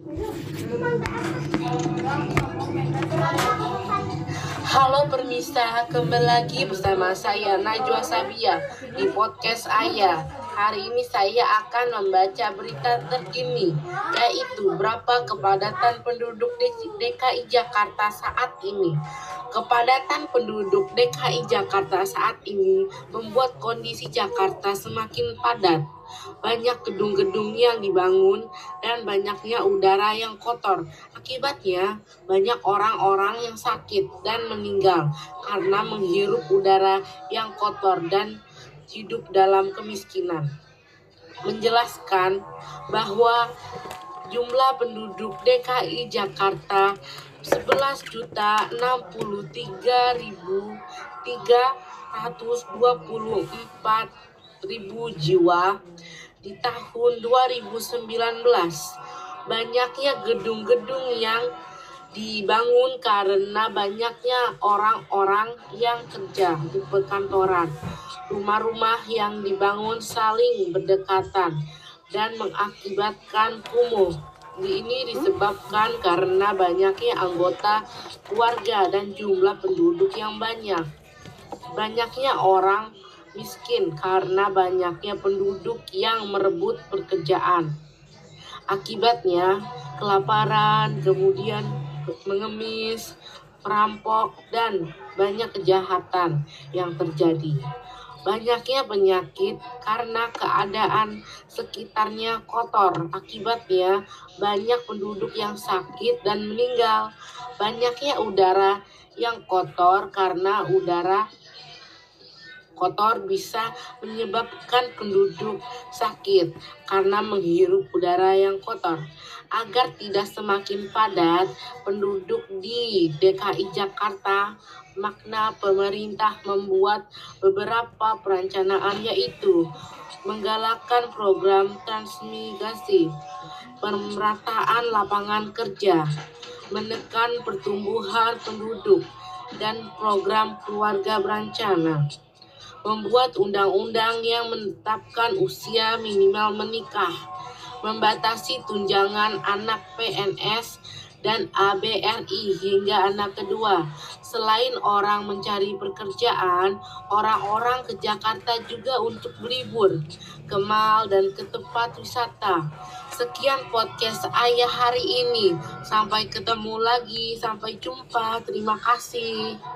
Halo permisa, kembali lagi bersama saya Najwa Sabia di podcast Ayah. Hari ini saya akan membaca berita terkini, yaitu berapa kepadatan penduduk DKI Jakarta saat ini. Kepadatan penduduk DKI Jakarta saat ini membuat kondisi Jakarta semakin padat. Banyak gedung-gedung yang dibangun dan banyaknya udara yang kotor. Akibatnya, banyak orang-orang yang sakit dan meninggal karena menghirup udara yang kotor dan hidup dalam kemiskinan. Menjelaskan bahwa jumlah penduduk DKI Jakarta 11.63.324 jiwa di tahun 2019. Banyaknya gedung-gedung yang dibangun karena banyaknya orang-orang yang kerja di perkantoran. Rumah-rumah yang dibangun saling berdekatan dan mengakibatkan kumuh. Ini disebabkan karena banyaknya anggota keluarga dan jumlah penduduk yang banyak. Banyaknya orang miskin karena banyaknya penduduk yang merebut pekerjaan. Akibatnya, kelaparan, kemudian mengemis, perampok, dan banyak kejahatan yang terjadi. Banyaknya penyakit karena keadaan sekitarnya kotor. Akibatnya, banyak penduduk yang sakit dan meninggal. Banyaknya udara yang kotor karena udara kotor bisa menyebabkan penduduk sakit karena menghirup udara yang kotor. Agar tidak semakin padat penduduk di DKI Jakarta, makna pemerintah membuat beberapa perencanaan, yaitu menggalakkan program transmigrasi, pemerataan lapangan kerja, menekan pertumbuhan penduduk, dan program keluarga berencana. Membuat undang-undang yang menetapkan usia minimal menikah, membatasi tunjangan anak PNS dan ABRI hingga anak kedua. Selain orang mencari pekerjaan, orang-orang ke Jakarta juga untuk berlibur, ke mal dan ke tempat wisata. Sekian podcast Ayah hari ini. Sampai ketemu lagi, sampai jumpa. Terima kasih.